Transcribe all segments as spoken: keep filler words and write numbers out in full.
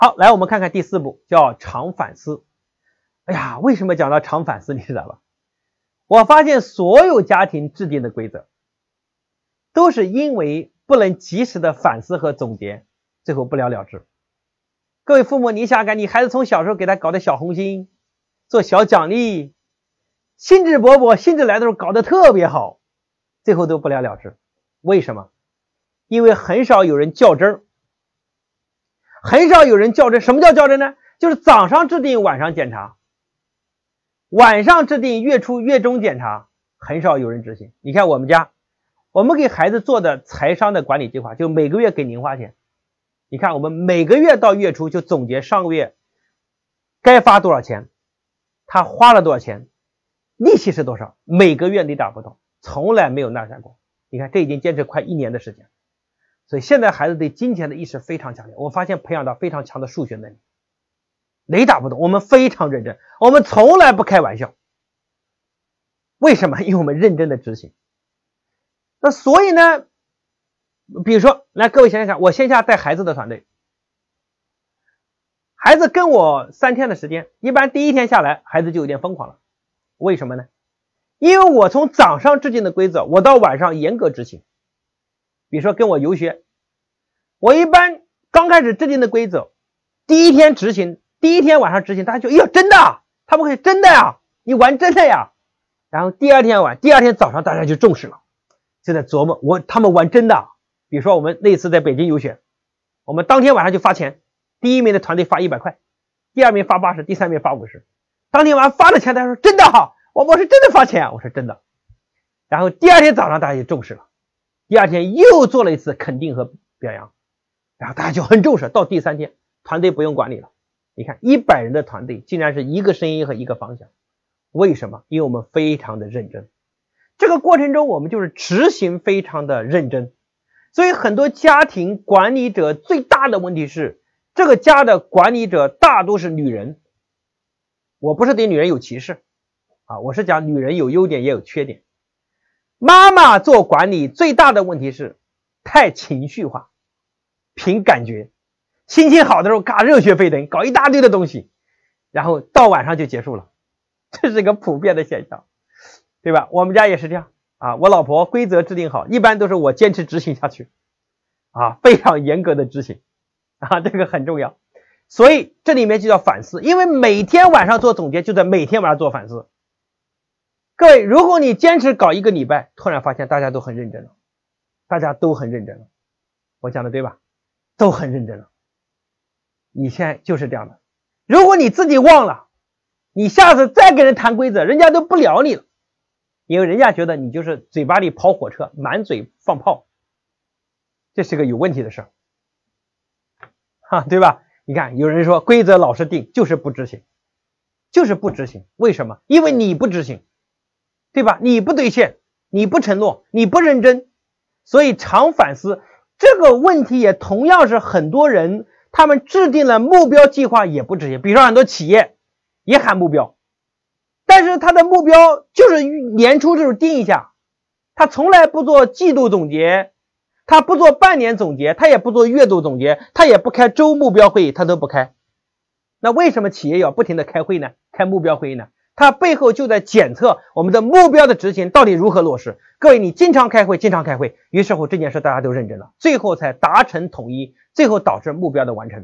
好，来我们看看第四步，叫常反思。哎呀，为什么讲到常反思，你知道吧？我发现所有家庭制定的规则，都是因为不能及时的反思和总结，最后不了了之。各位父母，你想想，你孩子从小时候给他搞的小红心，做小奖励，兴致勃勃，兴致来的时候搞得特别好，最后都不了了之。为什么？因为很少有人较真儿，很少有人较真。什么叫较真呢？就是早上制定，晚上检查，晚上制定，月初月中检查，很少有人执行。你看我们家，我们给孩子做的财商的管理计划，就每个月给零花钱。你看我们每个月到月初就总结上个月该发多少钱，他花了多少钱，利息是多少，每个月雷打不动，从来没有落下过。你看这已经坚持快一年的时间，所以现在孩子对金钱的意识非常强烈，我发现培养到非常强的数学能力，雷打不动。我们非常认真，我们从来不开玩笑。为什么？因为我们认真的执行。那所以呢，比如说，来各位想想看，我线下带孩子的团队，孩子跟我三天的时间，一般第一天下来孩子就有点疯狂了。为什么呢？因为我从早上制定的规则，我到晚上严格执行。比如说跟我游学，我一般刚开始制定的规则，第一天执行，第一天晚上执行，大家就哎呀真的啊，他们会真的呀，你玩真的呀。然后第二天晚，第二天早上大家就重视了，就在琢磨我他们玩真的啊。比如说我们那次在北京游学，我们当天晚上就发钱，第一名的团队发一百块，第二名发八十，第三名发五十。当天晚上发了钱，他说真的哈，我我是真的发钱，我说真的。然后第二天早上大家就重视了，第二天又做了一次肯定和表扬，然后大家就很重视。到第三天，团队不用管理了。你看一百人的团队竟然是一个声音和一个方向。为什么？因为我们非常的认真，这个过程中我们就是执行非常的认真。所以很多家庭管理者最大的问题是，这个家的管理者大多是女人。我不是对女人有歧视啊，我是讲女人有优点也有缺点。妈妈做管理最大的问题是太情绪化，凭感觉，心情好的时候嘎热血沸腾，搞一大堆的东西，然后到晚上就结束了，这是一个普遍的现象，对吧？我们家也是这样啊，我老婆规则制定好，一般都是我坚持执行下去啊，非常严格的执行啊，这个很重要。所以这里面就叫反思，因为每天晚上做总结就在每天晚上做反思。各位，如果你坚持搞一个礼拜，突然发现大家都很认真了，大家都很认真了，我讲的对吧？都很认真了。你现在就是这样的，如果你自己忘了，你下次再跟人谈规则，人家都不聊你了，因为人家觉得你就是嘴巴里跑火车，满嘴放炮，这是个有问题的事儿，哈，对吧？你看有人说规则老是定，就是不执行，就是不执行。为什么？因为你不执行，对吧？你不兑现，你不承诺，你不认真，所以常反思。这个问题也同样是很多人他们制定了目标计划也不执行。比如说很多企业也喊目标，但是他的目标就是年初就是定一下，他从来不做季度总结，他不做半年总结，他也不做月度总结，他也不开周目标会议，他都不开。那为什么企业要不停的开会呢？开目标会议呢？它背后就在检测我们的目标的执行到底如何落实。各位，你经常开会，经常开会，于是乎这件事大家都认真了，最后才达成统一，最后导致目标的完成。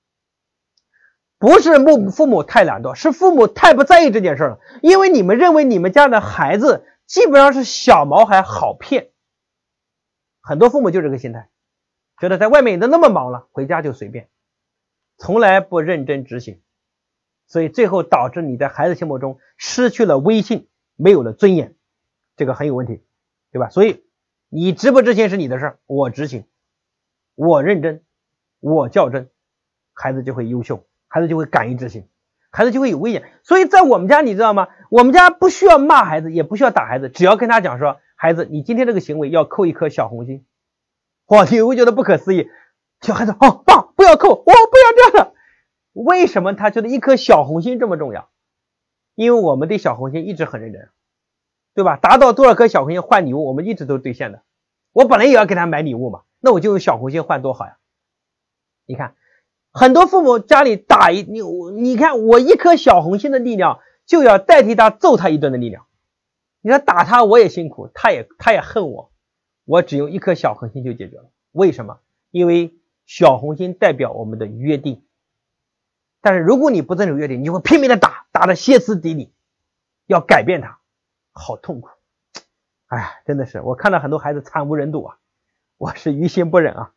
不是父父母太懒惰，是父母太不在意这件事了，因为你们认为你们家的孩子基本上是小毛孩，好骗。很多父母就这个心态，觉得在外面都那么忙了，回家就随便，从来不认真执行，所以最后导致你在孩子心目中失去了威信，没有了尊严，这个很有问题，对吧？所以你执不执行是你的事儿，我执行，我认真，我较真，孩子就会优秀，孩子就会敢于执行，孩子就会有威严。所以在我们家你知道吗？我们家不需要骂孩子，也不需要打孩子，只要跟他讲说，孩子你今天这个行为要扣一颗小红心。哇，你会觉得不可思议，小孩子哦爸不要扣，我不要这样了。为什么他觉得一颗小红心这么重要？因为我们对小红心一直很认真，对吧？达到多少颗小红心换礼物，我们一直都兑现的。我本来也要给他买礼物嘛，那我就用小红心换多好呀。你看很多父母家里打一你你看我一颗小红心的力量就要代替他揍他一顿的力量。你说打他我也辛苦，他也他也恨我，我只用一颗小红心就解决了。为什么？因为小红心代表我们的约定。但是如果你不遵守约定，你就会拼命的打，打得歇斯底里，要改变他，好痛苦。哎呀，真的是我看到很多孩子惨无人睹啊，我是于心不忍啊。